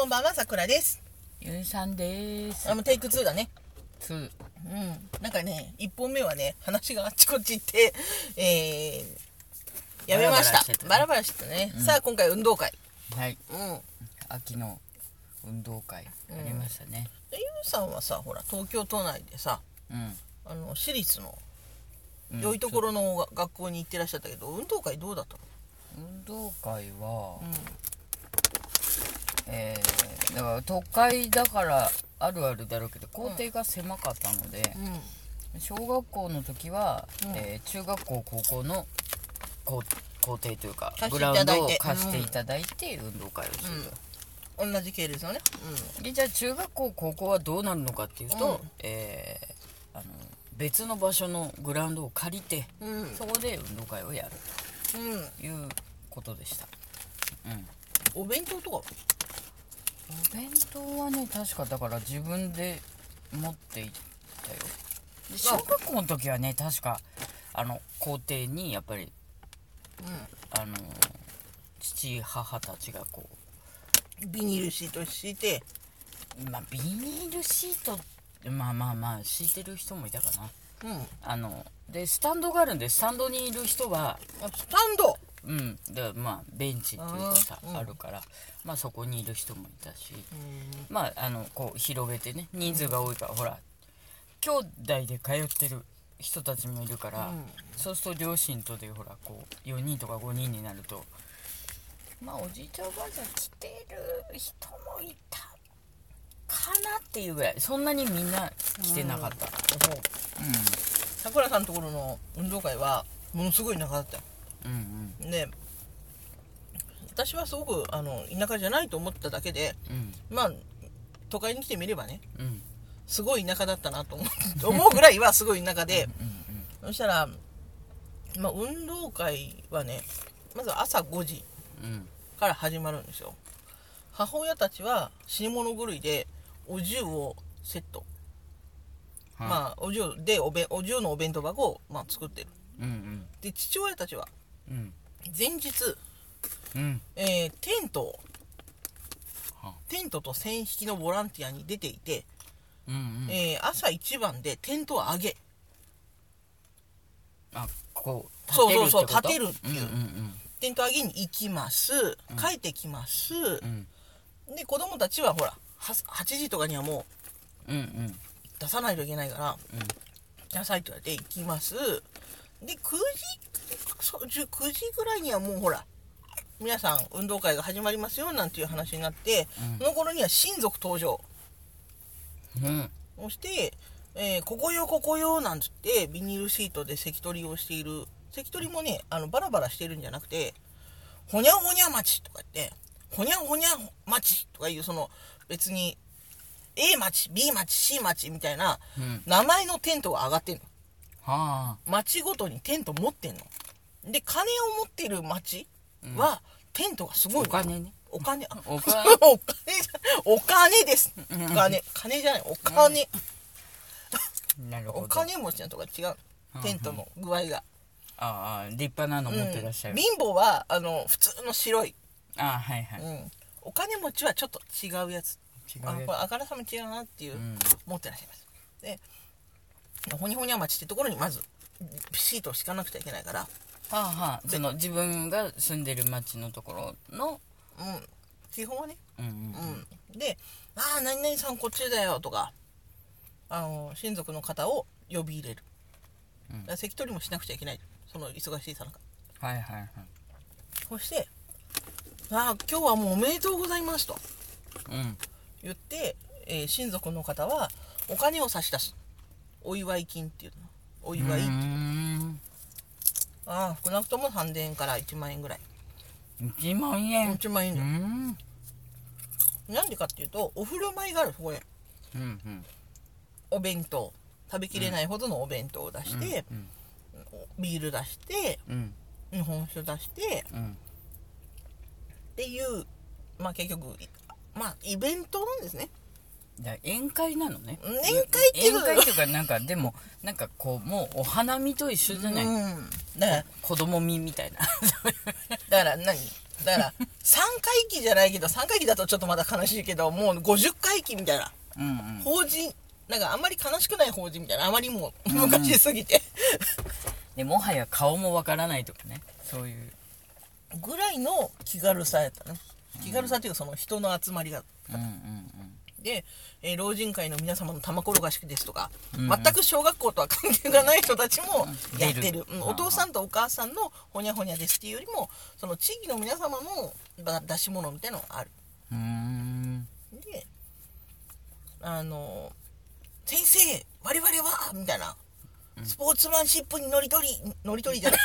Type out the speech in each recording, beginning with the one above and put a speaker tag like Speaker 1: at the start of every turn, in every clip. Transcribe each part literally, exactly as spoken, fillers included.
Speaker 1: んばんは、さくらです。
Speaker 2: ゆうさんです。
Speaker 1: あのテイクツーだね。
Speaker 2: ツー。
Speaker 1: うん。なんかね、いっぽんめはね、話があっちこっち行って、えー、やめました。バラバラしてたね。うん、さあ、今回運動会。
Speaker 2: はい。
Speaker 1: うん。
Speaker 2: 秋の運動会ありましたね。
Speaker 1: うん、ゆうさんはさ、ほら、東京都内でさ、うん、あの私立の良いところの学校に行ってらっしゃったけど、運動会どうだったの？
Speaker 2: 運動会は、うん、えー、だから都会だからあるあるだろうけど校庭が狭かったので、うん、小学校の時は、うん、えー、中学校高校の校庭というかグラウンドを貸していただいて運動会をすると、
Speaker 1: うん、同じ系列のね、
Speaker 2: うん、でじゃあ中学校高校はどうなるのかっていうと、うん、えー、あの別の場所のグラウンドを借りて、うん、そこで運動会をやるということでした、
Speaker 1: うん、お弁当とかは？
Speaker 2: お弁当はね、確かだから自分で持って行ったよ。で小学校の時はね、確かあの校庭にやっぱり、うん、あの父母たちがこ
Speaker 1: うビニールシート敷いて、
Speaker 2: まあビニールシートまあまあまあ敷いてる人もいたかな、うん、あのでスタンドがあるんで、スタンドにいる人は
Speaker 1: スタンド
Speaker 2: うん、でまあベンチっていうかさ あ,、うん、あるから、まあそこにいる人もいたし、うん、まああのこう広げてね、人数が多いから、うん、ほら兄弟で通ってる人たちもいるから、うん、そうすると両親とでほらこうよにんとかごにんになると、まあおじいちゃんおばあちゃん来てる人もいたかなっていうぐらい、そんなにみんな来てなかった。
Speaker 1: さくらさんのところの運動会はものすごい田舎だったよ。うんうん、で私はすごくあの田舎じゃないと思っただけで、うん、まあ都会に来てみればね、うん、すごい田舎だったなと思う思うぐらいはすごい田舎でうんうん、うん、そしたら、まあ、運動会はね、まず朝ごじから始まるんですよ。母親たちは死に物狂いでお重をセット、はあ、まあお重でおべお重のお弁当箱を、まあ、作ってる、うんうん、で父親たちはうん、前日、うんえー、テントをテントと線引きのボランティアに出ていて、うんうんえー、朝一番でテントを上げ
Speaker 2: あこう
Speaker 1: そうそうそう立てるっていう、うんうんうん、テント上げに行きます、うん、帰ってきます、うん、で子供たちはほらはちじとかにはもう、うんうん、出さないといけないから、うん、出なさいと言われて行きます。でくじくじぐらいにはもうほら皆さん運動会が始まりますよなんていう話になって、うん、その頃には親族登場、うん、そして、えー、ここよここよなんつってビニールシートで関取をしている、関取もねあのバラバラしてるんじゃなくてほにゃほにゃ町とか言ってほにゃほにゃ町とかいう、その別に A 町 B 町 C 町みたいな名前のテントが上がってんの、はあ、町ごとにテント持ってんので、金を持ってる町は、うん、テントがすごい、
Speaker 2: お金ね
Speaker 1: お金
Speaker 2: お金
Speaker 1: お金お金ですお金金じゃないお金、
Speaker 2: うん、なるほど。
Speaker 1: お金持ちのとか違う、テントの具合が、
Speaker 2: ああ立派なの持ってらっしゃる、
Speaker 1: うん、貧乏はあの普通の白い、
Speaker 2: ああはいはい、うん、
Speaker 1: お金持ちはちょっと違うやつ、違うやつ、あこれあからさま違うなっていう、うん、持ってらっしゃいます。でほにほにゃ町ってところにまずシートを敷かなくちゃいけないから、は
Speaker 2: あはあ、その自分が住んでる町のところの、
Speaker 1: うん、基本はね、うんうんうん、でああ何々さんこっちだよとか、あの親族の方を呼び入れる、うん、だから関取もしなくちゃいけない、その忙しいさなか、
Speaker 2: はいはいはい、
Speaker 1: そしてああ今日はもうおめでとうございますと、うん、言って、えー、親族の方はお金を差し出す、お祝い金っていうの、お祝いっていう、ああ少なくともさんぜんえんからいちまんえんぐらい、
Speaker 2: いちまんえん
Speaker 1: いちまんえんだよ。なんでかっていうとお振る舞いがある、そこで、うんうん、お弁当食べきれないほどのお弁当を出して、うんうん、ビール出して、うん、日本酒出して、うん、っていうまあ結局まあイベントなんですね。
Speaker 2: 宴会なのね。
Speaker 1: 宴会っていう
Speaker 2: 宴会っていうかなんかでもなんかこうもうお花見と一緒じゃない、うん、だから子供見みたいな
Speaker 1: だから何だからさんかい忌じゃないけどさんかい忌だとちょっとまだ悲しいけどもうごじゅっかい忌みたいな、うんうん、法事なんかあんまり悲しくない法事みたいなあまりもう昔すぎて、
Speaker 2: うん、でもはや顔もわからないとかねそういう
Speaker 1: ぐらいの気軽さやったね気軽さっていうかその人の集まりが、うんうんうん、で、えー、老人会の皆様の玉転がしですとか、うんうん、全く小学校とは関係がない人たちもやってる、うん、お父さんとお母さんのほにゃほにゃですっていうよりもその地域の皆様の出し物みたいなのがある。うーんであの先生我々はみたいな、うん、スポーツマンシップに乗り取り乗り取りじゃない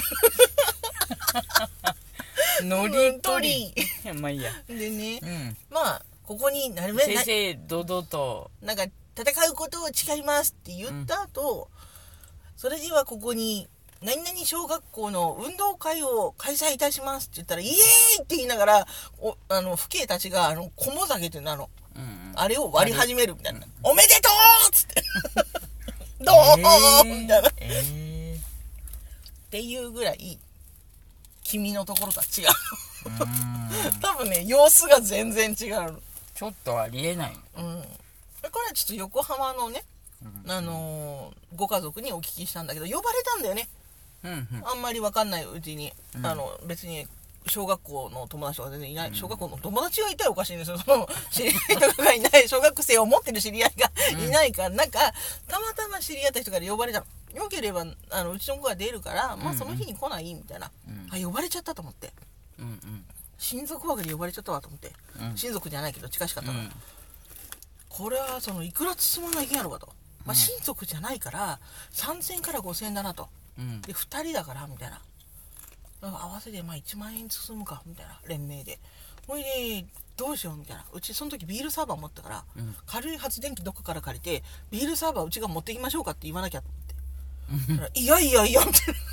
Speaker 2: 乗り取りまあいいや
Speaker 1: でね、うん、まあここになるべく
Speaker 2: 先生堂々と
Speaker 1: なんか戦うことを誓いますって言った後、うん、それではここに何々小学校の運動会を開催いたしますって言ったらイエーイって言いながらおあの父兄たちがあの小も酒っていうのあの、うんうん、あれを割り始めるみたいな、うん、おめでとうっつってどう、えー、みたいな、えー、っていうぐらい君のところとは違う多分ね様子が全然違う
Speaker 2: ちょっとありえない、
Speaker 1: うん、これはちょっと横浜のね、うん、あのー、ご家族にお聞きしたんだけど呼ばれたんだよね、うんうん、あんまり分かんないうちに、うん、あの別に小学校の友達とか全然いない、うん、小学校の友達がいたらおかしいんですよその知り合いとかがいない小学生を持ってる知り合いがいないから、うん、なんかたまたま知り合った人から呼ばれたのよければあのうちの子が出るから、まあ、その日に来ないみたいな、うん、あ呼ばれちゃったと思って、うんうん、親族枠で呼ばれちゃったわと思って、うん、親族じゃないけど近しかったから、うん、これはそのいくら包まないけんやろかと、まあ、親族じゃないからさんぜんからごせんだなと、うん、でふたりだからみたいな合わせてまあいちまんえん包むかみたいな連名でほいでどうしようみたいなうちその時ビールサーバー持ったから、うん、軽い発電機どっかから借りてビールサーバーうちが持ってきましょうかって言わなきゃっていやいやいやみたいな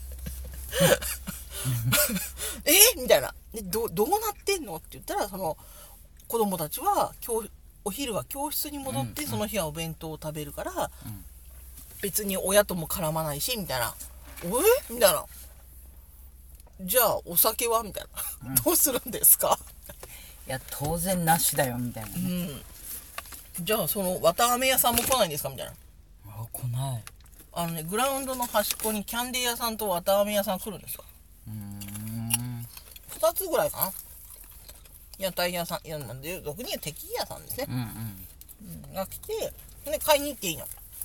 Speaker 1: えみたいなで ど, どうなってんのって言ったらその子供たちは教お昼は教室に戻ってその日はお弁当を食べるから、うん、別に親とも絡まないしみたいなおえみたいなじゃあお酒はみたいな、うん、どうするんですか
Speaker 2: いや当然なしだよみたいな、ね、
Speaker 1: うん、じゃあその綿あめ屋さんも来ないんですかみたいな
Speaker 2: あ来ない
Speaker 1: あのねグラウンドの端っこにキャンディー屋さんと綿あめ屋さん来るんですようーんふたつぐらいかな屋台屋さんいやなんで俗には敵屋さんですね、うんうん、が来てで買いに行っていいの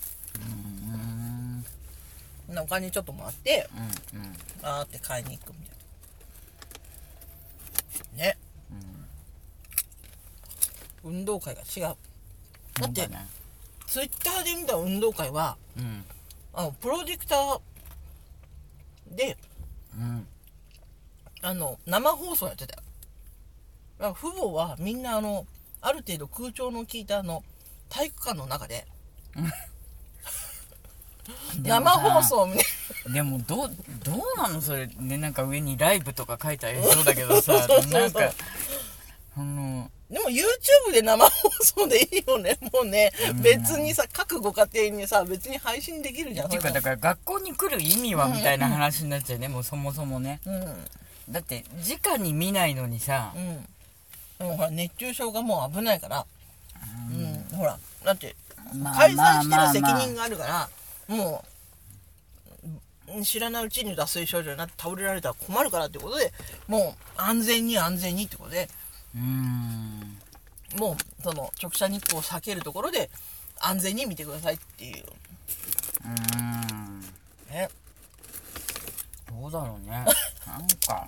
Speaker 1: うんお金ちょっともらって、うんうん、あーって買いに行くみたいなね、うん、運動会が違うだって、ね、ツイッターで見た運動会は、うん、あのプロジェクターで、うん、あの生放送やってたよ父母はみんなあのある程度空調の効いたあの体育館の中で生放送ね
Speaker 2: でもどうどうなのそれねなんか上にライブとか書いてありそうだけどさなんかあの
Speaker 1: でも YouTube で生放送でいいよねもうね、うん、別にさ各ご家庭にさ別に配信できるじゃん
Speaker 2: っていうかだから学校に来る意味はみたいな話になっちゃうね、うん、もうそもそもね、うん、だって直に見ないのにさ、うん、
Speaker 1: でもほら熱中症がもう危ないから、うんうん、ほらだって開催してる責任があるから、まあまあまあ、もう知らないうちに脱水症状になって倒れられたら困るからってことでもう安全に安全にってことでうーんもうその直射日光を避けるところで安全に見てくださいっていううーんね
Speaker 2: どうだろうねなんか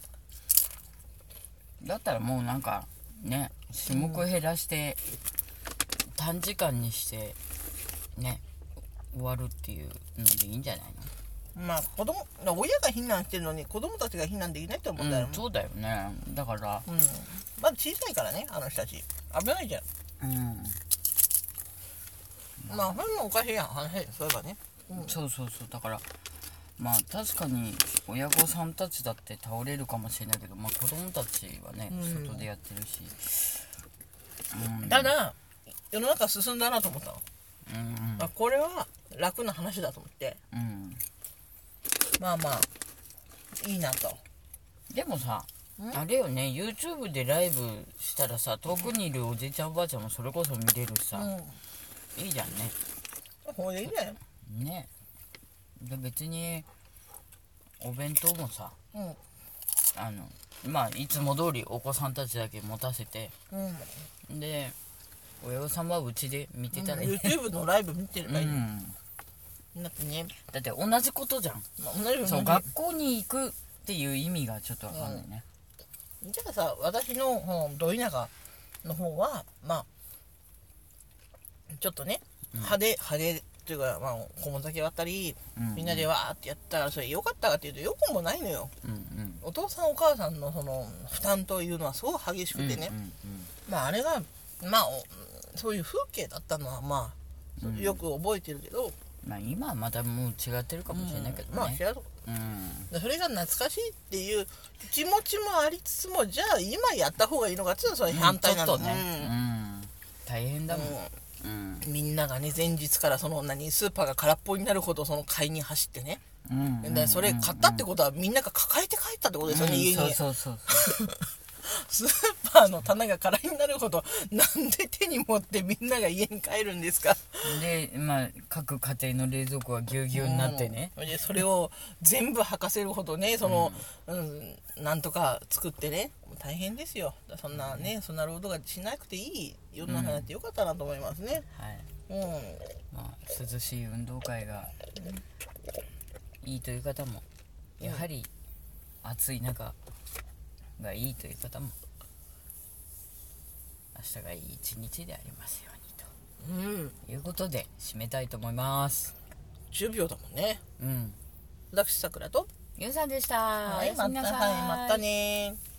Speaker 2: だったらもうなんかね種目減らして短時間にしてね終わるっていうのでいいんじゃない
Speaker 1: のまあ子供親が避難してるのに子供たちが避難できないって問題だよ、
Speaker 2: うん、そうだよねだから、うん、
Speaker 1: まだ小さいからねあの人たち危ないじゃん、うん、まあそういうのおかしいやん話そういえばね、
Speaker 2: うん、そうそうそうだからまあ確かに親御さんたちだって倒れるかもしれないけど、まあ、子供たちはね、うん、外でやってるし、
Speaker 1: うん、ただ世の中進んだなと思ったの、うんうんまあ、これは楽な話だと思って、うん、まあまあいいなと
Speaker 2: でもさあれよね YouTube でライブしたらさ遠くにいるおじいちゃんおばあちゃんもそれこそ見れるしさ、うん、いいじゃんね。
Speaker 1: ほいでいいじゃん
Speaker 2: ね。で別にお弁当もさ、うん、あのまあいつも通りお子さんたちだけ持たせて、うん、で親御さんはうちで見てたら、ね、
Speaker 1: うん、YouTube のライブ見てればいい、うん、だってね
Speaker 2: だって同じことじゃん、まあ、同じそう学校に行くっていう意味がちょっとわかんないね、
Speaker 1: うん、じゃあさ私のど田舎の方はまあちょっとね、うん、派手派手っていうか、まあ、小物酒割ったり、うんうん、みんなでわーってやったらそれ良かったかっていうと良くもないのよ、うんうん、お父さんお母さんのその負担というのはすごく激しくてね、うんうんうん、まああれがまあそういう風景だったのはまあ、うん、よく覚えてるけど、
Speaker 2: まあ、今はまたもう違ってるかもしれないけどね、うん、まあ違うと、
Speaker 1: うん、それが懐かしいっていう気持ちもありつつもじゃあ今やった方がいいのかっていうのはそれ反対なの、うん、ちょっとね、うん、
Speaker 2: 大変だもん、うん
Speaker 1: うん、みんながね前日からその何スーパーが空っぽになるほどその買いに走ってね、うんうんうんうん、でそれ買ったってことはみんなが抱えて帰ったってことですよね、うん、家にそうそうそうそうスーパーの棚が空になるほどなんで手に持ってみんなが家に帰るんですか。
Speaker 2: でまあ各家庭の冷蔵庫はぎゅうぎゅうになってね、
Speaker 1: うん、でそれを全部履かせるほどねその、うんうん、なんとか作ってね大変ですよ。そんなねそんな労働がしなくていい世の中になってよかったなと思いますね、
Speaker 2: うん、はい、うん、まあ涼しい運動会がいいという方もやはり暑い中がいいという方も明日がいい一日でありますようにと、うん、いうことで締めたいと思います。
Speaker 1: じゅうびょうだもんね。うん。私さくらと
Speaker 2: ゆうさんでした。
Speaker 1: はい、また、はい、またね。